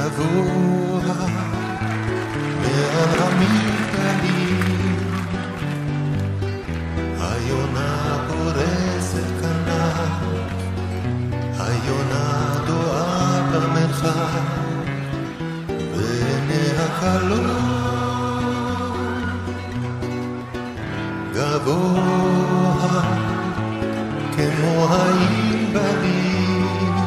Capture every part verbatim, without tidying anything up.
גבוה מעל המגדלים, היונה פורסת כנף, היונה דועה במרחב, ועיני הכלות גבוה כמו הענבים,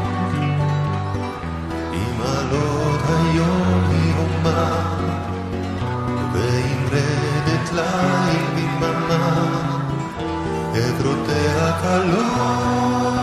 עם עלות היום היא הומה, ועם רדת ליל בדממה, עברותיה קלות.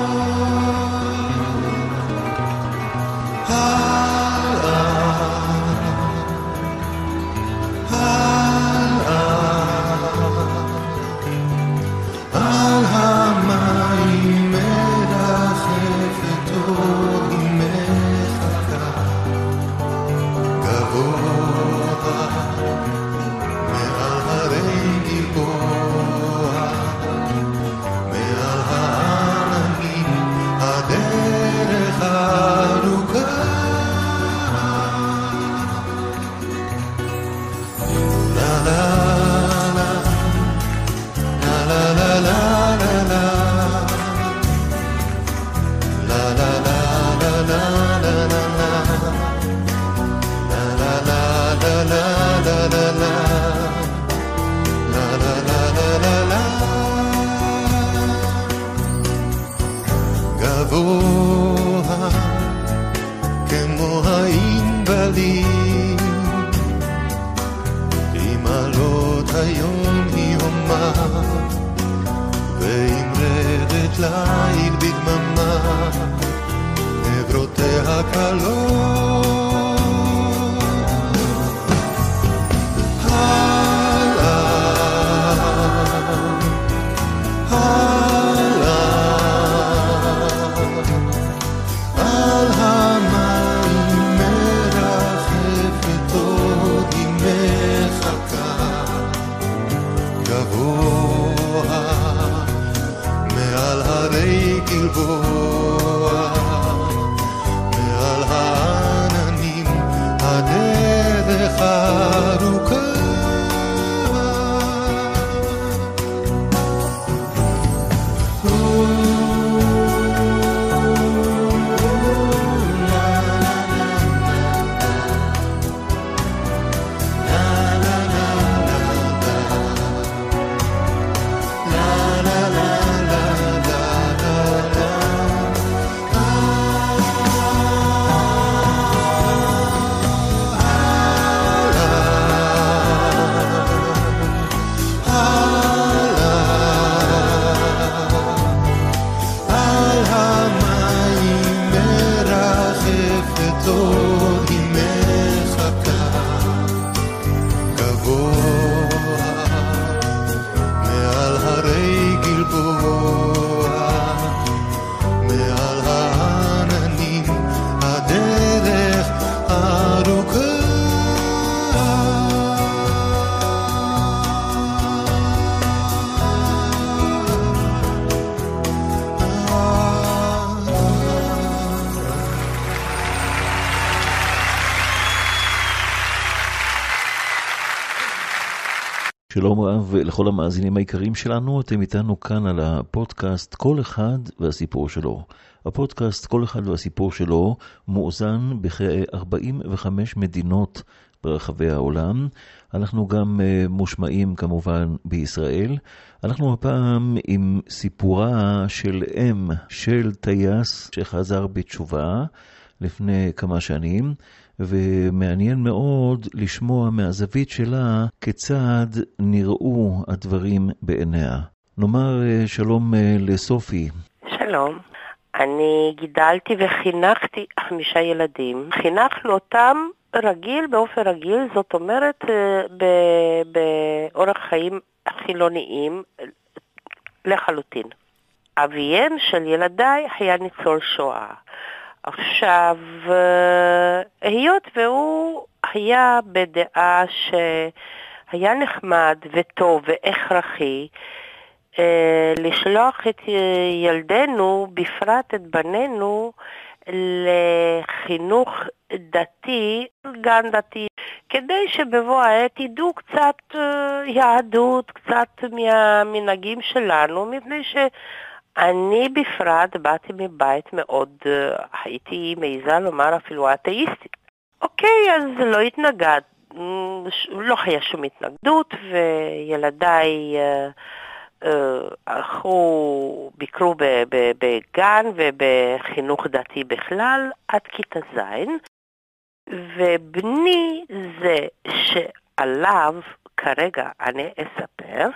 גבוה כמו הענבים, עם עלות היום היא הומה, ועם רדת ליל בדממה, עברותיה קלות. גלבוע מעל העננים, הדרך ארוכה. שלום רב לכל המאזינים העיקריים שלנו, אתם איתנו כאן על הפודקאסט כל אחד והסיפור שלו. הפודקאסט כל אחד והסיפור שלו מאוזן בכ-ארבעים וחמש מדינות ברחבי העולם. אנחנו גם מושמעים כמובן בישראל. אנחנו הפעם עם סיפורה של אם של טייס שחזר בתשובה לפני כמה שנים, ומעניין מאוד לשמוע מהזווית שלה כיצד נראו הדברים בעיניה. נאמר שלום לסופי. שלום. אני גידלתי וחינכתי חמישה ילדים. חינכנו אותם רגיל, באופן רגיל, זאת אומרת באורח חיים חילוניים לחלוטין. אביהם של ילדיי היה ניצול שואה. עכשיו, היות והוא היה בדעה שהיה נחמד וטוב והכרחי לשלוח את ילדינו, בפרט את בנינו, לחינוך דתי, גן דתי, כדי שבבוא העת ידעו קצת יהדות, קצת מהמנהגים שלנו, מפני שאני בפרט באתי מבית מאוד, הייתי מעיזה לומר אפילו אתאיסטית. אוקיי, אז לא התנגד, לא היה שום התנגדות, וילדיי הלכו, ביקרו בגן ובחינוך דתי בכלל עד כיתה זין, ובני זה שעליו כרגע אני אספר,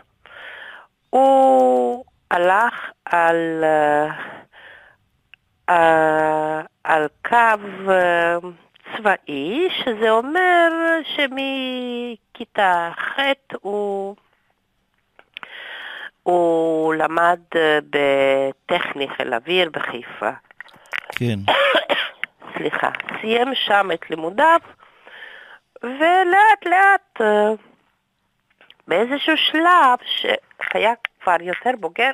הוא הלך על, על קו צבאי, שזה אומר שמכיתה ח' הוא הוא למד בטכני חיל אוויר בחיפה. כן. סליחה, סיים שם את לימודיו, ולאט לאט באיזשהו שלב שהיה כבר יותר בוגר,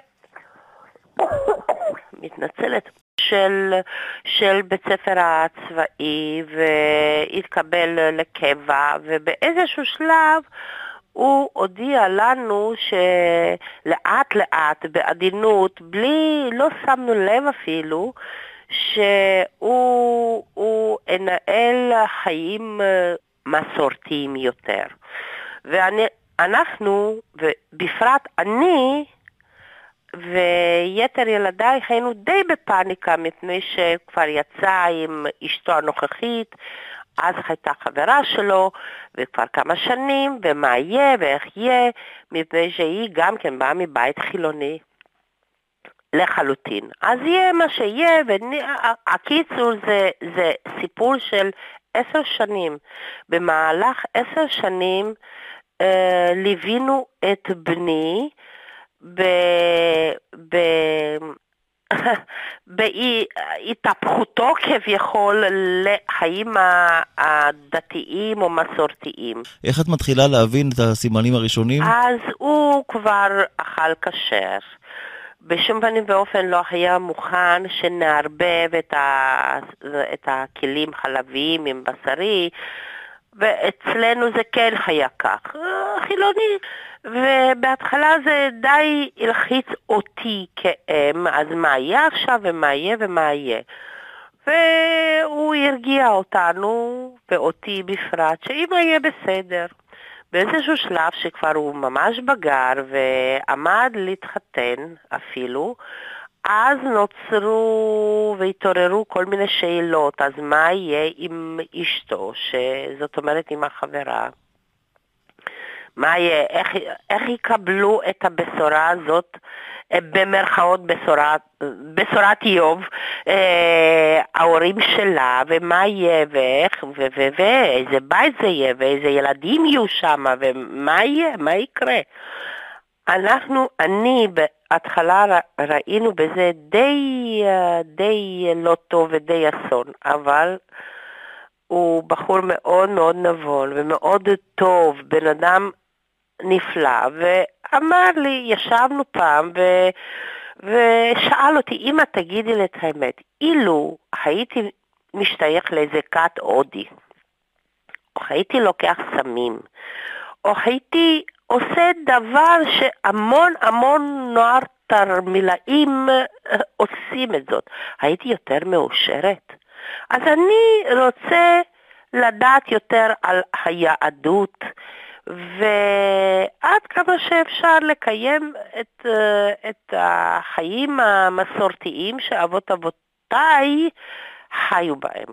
מתנצלת, של, של בית ספר הצבאי, והתקבל לקבע, ובאיזשהו שלב הוא הודיע לנו שלאט לאט, בעדינות, בלי, לא שמנו לב אפילו, שהוא הוא ינהל חיים מסורתיים יותר. ואנחנו, ובפרט אני, ויתר ילדיי היינו די בפאניקה, מפני שכבר יצא עם אשתו הנוכחית, אז הייתה חברה שלו, וכבר כמה שנים, ומה יהיה ואיך יהיה, מפני שהיא גם כן באה מבית חילוני לחלוטין. אז יהיה מה שיהיה, והקיצור זה, זה סיפור של עשר שנים. במהלך עשר שנים אה, ליווינו את בני ב... ב בהתהפכותו כביכול לחיים הדתיים או מסורתיים. איך את מתחילה להבין את הסימנים הראשונים? אז הוא כבר אכל כשר. בשום פנים ואופן לא היה מוכן שנערבב את, ה... את הכלים חלביים עם בשרי, ואצלנו זה כן היה כך. חילוני. ובהתחלה זה די הלחיץ אותי כאם, אז מה יהיה עכשיו ומה יהיה ומה יהיה. והוא הרגיע אותנו, ואותי בפרט, שאמא יהיה בסדר. באיזשהו שלב שכבר הוא ממש בגר ועמד להתחתן אפילו, אז נוצרו והתעוררו כל מיני שאלות, אז מה יהיה עם אשתו, שזאת אומרת עם החברה? מה יהיה, איך, איך יקבלו את הבשורה הזאת, במרכאות בשורת, בשורת איוב, אה, ההורים שלה, ומה יהיה, ואיך, ו- ו- ואיזה בית זה יהיה, ואיזה ילדים יהיו שם, ומה יהיה, מה יקרה. אנחנו, אני בהתחלה ראינו בזה די, די לא טוב ודי אסון, אבל הוא בחור מאוד מאוד נבון ומאוד טוב, בן אדם נפלא, ואמר לי, ישבנו פעם ו... ושאל אותי, אמא תגידי לי את האמת, אילו הייתי משתייך לאיזה כת הודי, או הייתי לוקח סמים, או הייתי עושה דבר שהמון המון נוער תרמילאים עושים את זאת, הייתי יותר מאושרת. אז אני רוצה לדעת יותר על היהדות, ועד כמה שאפשר לקיים את, את החיים המסורתיים שאבות אבותיי חיו בהם.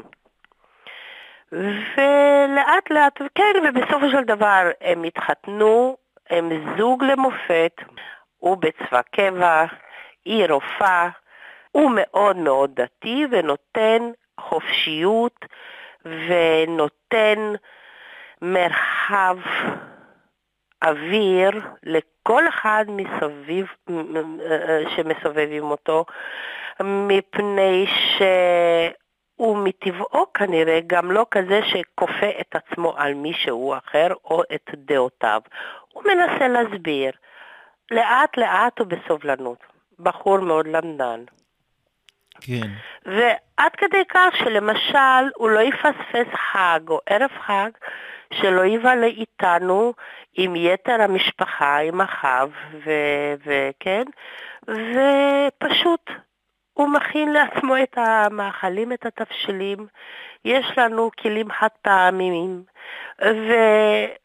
ולאט לאט, כן, ובסופו של דבר הם התחתנו, הם זוג למופת, הוא בצבא קבע, היא רופאה, הוא מאוד מאוד דתי ונותן חופשיות ונותן מרחב אוויר לכל אחד מסביב, שמסובבים אותו, מפני שהוא מטבעו כנראה גם לא כזה שכופה את עצמו על מישהו אחר או את דעותיו. הוא מנסה להסביר לאט לאט ובסובלנות. בחור מאוד למדן. כן. ועד כדי כך שלמשל הוא לא יפספס חג או ערב חג, שלא יבלה איתנו עם יתר המשפחה, עם אחיו, וכן, ופשוט הוא מכין לעצמו את המאכלים, את התבשילים. יש לנו כלים חד פעמיים, ויושב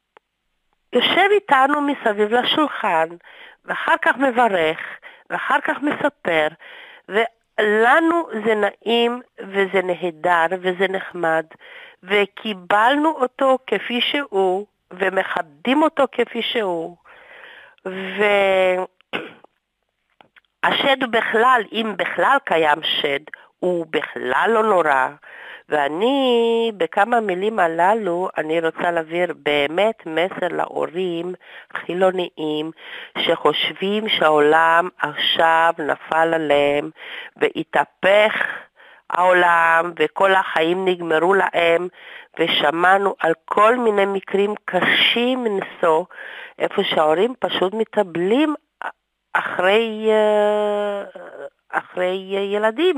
איתנו מסביב לשולחן, ואחר כך מברך, ואחר כך מספר, ולנו זה נעים, וזה נהדר, וזה נחמד, וקיבלנו אותו כפי שהוא, ומכבדים אותו כפי שהוא, והשד בכלל, אם בכלל קיים שד, הוא בכלל לא נורא, ואני בכמה מילים הללו, אני רוצה להעביר באמת מסר להורים חילוניים, שחושבים שהעולם עכשיו נפל עליהם, והתהפך העולם, וכל החיים נגמרו להם, ושמענו על כל מיני מקרים קשים מנשוא, איפה שההורים פשוט מתאבלים אחרי, אחרי ילדים.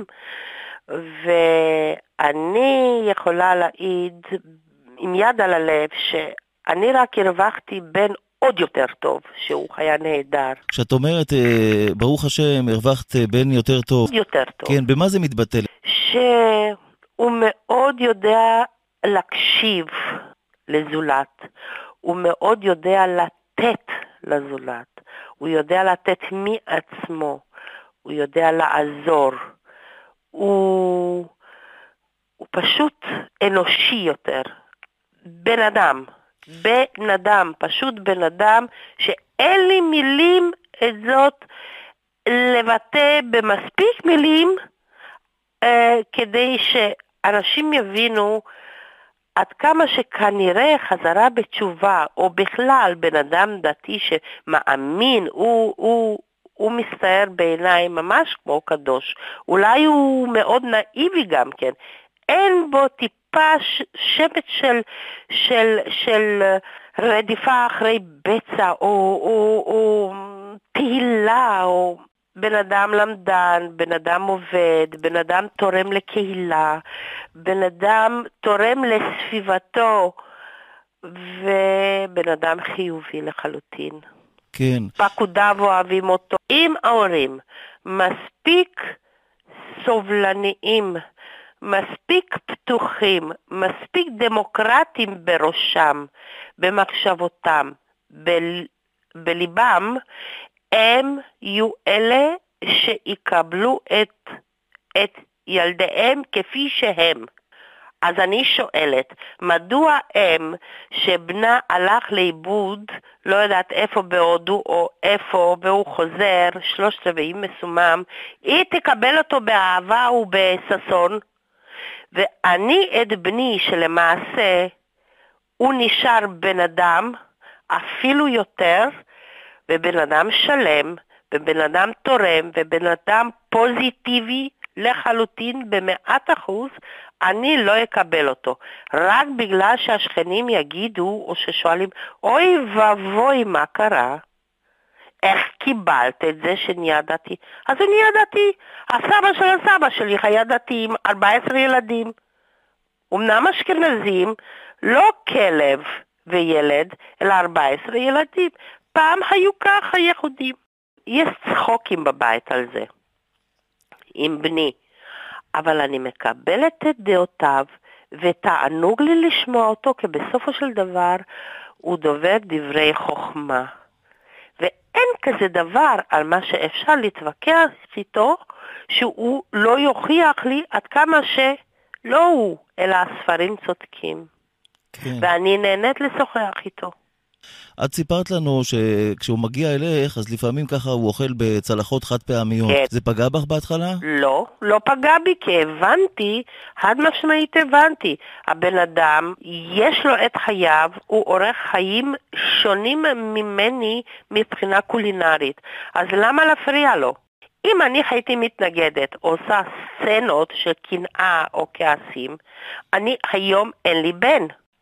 ואני יכולה להעיד עם יד על הלב שאני רק הרווחתי בן עוד יותר טוב, שהוא היה נהדר. כשאת אומרת, ברוך השם, הרווחת בן יותר טוב. יותר טוב. כן, במה זה מתבטל? שהוא מאוד יודע להקשיב לזולת, הוא מאוד יודע לתת לזולת, הוא יודע לתת מעצמו, הוא יודע לעזור, הוא, הוא פשוט אנושי יותר, בן אדם, בן אדם, פשוט בן אדם, שאין לי מילים את זאת לבטא במספיק מילים, אה, כדי שאנשים יבינו עד כמה שכנראה חזרה בתשובה, או בכלל בן אדם דתי שמאמין, הוא, הוא, הוא מסתער בעיניים ממש כמו קדוש. אולי הוא מאוד נאיבי גם כן. אין בו טיפה שמץ של, של, של רדיפה אחרי בצע, או, או, או תהילה, או בן אדם למדן, בן אדם עובד, בן אדם תורם לקהילה, בן אדם תורם לסביבתו, ובן אדם חיובי לחלוטין. כן. פקודיו אוהבים אותו. אם ההורים מספיק סובלניים, מספיק פתוחים, מספיק דמוקרטיים בראשם, במחשבותם, ב- בליבם, הם יהיו אלה שיקבלו את, את ילדיהם כפי שהם. אז אני שואלת, מדוע אם שבנה הלך לאיבוד, לא יודעת איפה בהודו או איפה, והוא חוזר, שלושת רבעים מסומם, היא תקבל אותו באהבה ובססון, ואני את בני שלמעשה הוא נשאר בן אדם, אפילו יותר, ובן אדם שלם, ובן אדם תורם, ובן אדם פוזיטיבי לחלוטין במאת אחוז, אני לא אקבל אותו. רק בגלל שהשכנים יגידו, או ששואלים, אוי ובוי, מה קרה? איך קיבלת את זה שנהיה דתי? אז הוא נהיה דתי. הסבא של הסבא שלי היה דתי עם ארבעה עשר ילדים. אמנם אשכנזים, לא כלב וילד, אלא ארבעה עשר ילדים. פעם היו ככה יהודים. יש צחוקים בבית על זה, עם בני. אבל אני מקבלת את דעותיו, ותענוג לי לשמוע אותו, כי בסופו של דבר הוא דובר דברי חוכמה. ואין כזה דבר על מה שאפשר להתווכח איתו, שהוא לא יוכיח לי עד כמה שלא הוא, אלא הספרים צודקים. כן. ואני נהנית לשוחח איתו. את סיפרת לנו שכשהוא מגיע אליך, אז לפעמים ככה הוא אוכל בצלחות חד פעמיות. כן. זה פגע בך בהתחלה? לא, לא פגע בי, כי הבנתי, חד משמעית הבנתי. הבן אדם, יש לו את חייו, הוא עורך חיים שונים ממני מבחינה קולינרית. אז למה להפריע לו? אם אני הייתי מתנגדת, עושה סצנות של קנאה או כעסים, אני היום אין לי בן.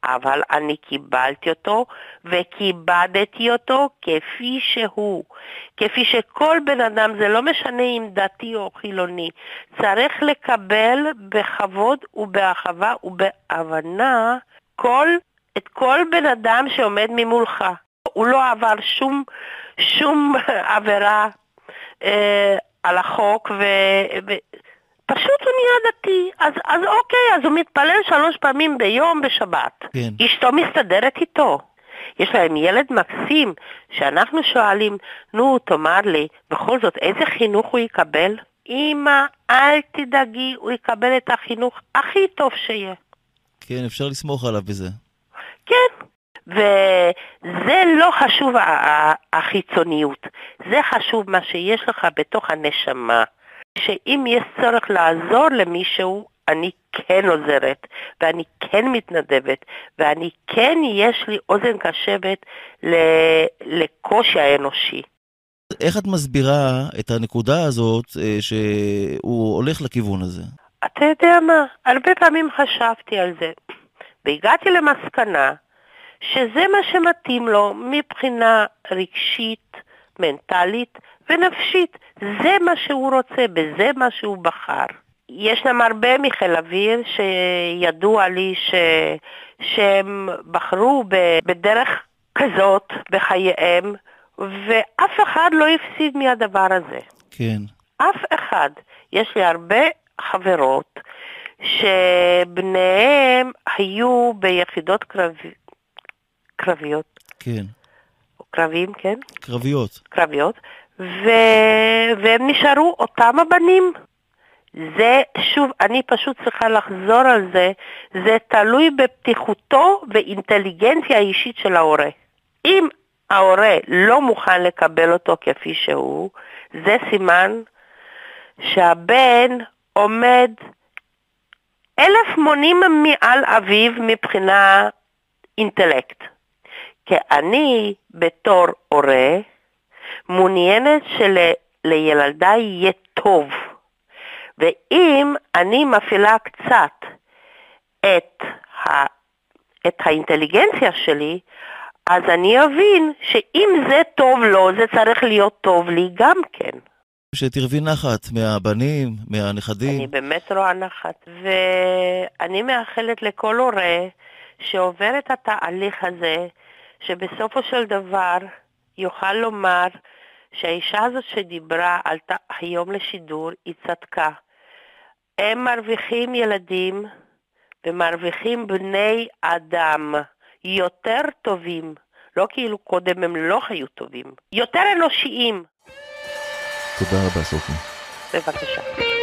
אבל אני קיבלתי אותו וכיבדתי אותו כפי שהוא. כפי שכל בן אדם, זה לא משנה אם דתי או חילוני, צריך לקבל בכבוד ובאהבה ובהבנה כל, את כל בן אדם שעומד ממולך. הוא לא עבר שום, שום עבירה אה, על החוק ו... ו פשוט הוא נהיה דתי, אז, אז אוקיי, אז הוא מתפלל שלוש פעמים ביום בשבת. כן. אשתו מסתדרת איתו. יש להם ילד מקסים, שאנחנו שואלים, נו, תאמר לי, בכל זאת, איזה חינוך הוא יקבל? אמא, אל תדאגי, הוא יקבל את החינוך הכי טוב שיהיה. כן, אפשר לסמוך עליו בזה. כן, וזה לא חשוב החיצוניות, זה חשוב מה שיש לך בתוך הנשמה. שאם יש צורך לעזור למישהו, אני כן עוזרת, ואני כן מתנדבת, ואני כן יש לי אוזן קשבת לקושי האנושי. איך את מסבירה את הנקודה הזאת שהוא הולך לכיוון הזה? אתה יודע מה? הרבה פעמים חשבתי על זה, והגעתי למסקנה שזה מה שמתאים לו מבחינה רגשית, מנטלית ונפשית. זה מה שהוא רוצה, בזה מה שהוא בחר. ישנם הרבה מחיל אוויר שידוע לי ש... שהם בחרו בדרך כזאת בחייהם, ואף אחד לא הפסיד מהדבר הזה. כן. אף אחד. יש לי הרבה חברות שבניהם היו ביחידות קרבי... קרביות. כן. קרבים, כן? קרביות. קרביות. ו... והם נשארו אותם הבנים. זה, שוב, אני פשוט צריכה לחזור על זה, זה תלוי בפתיחותו ואינטליגנציה האישית של ההורה. אם ההורה לא מוכן לקבל אותו כפי שהוא, זה סימן שהבן עומד אלף מונים מעל אביו מבחינה אינטלקט. כי אני בתור הורה מעוניינת שלילדה יהיה טוב. ואם אני מפעילה קצת את, ה, את האינטליגנציה שלי, אז אני אבין שאם זה טוב לו, זה צריך להיות טוב לי גם כן. שתרווי נחת מהבנים, מהנכדים. אני באמת רואה נחת. ואני מאחלת לכל הורה שעובר את התהליך הזה, שבסופו של דבר יוכל לומר שהאישה הזאת שדיברה על היום לשידור היא צדקה. הם מרוויחים ילדים ומרוויחים בני אדם יותר טובים, לא כאילו קודם הם לא היו טובים, יותר אנושיים. תודה רבה סופי. בבקשה.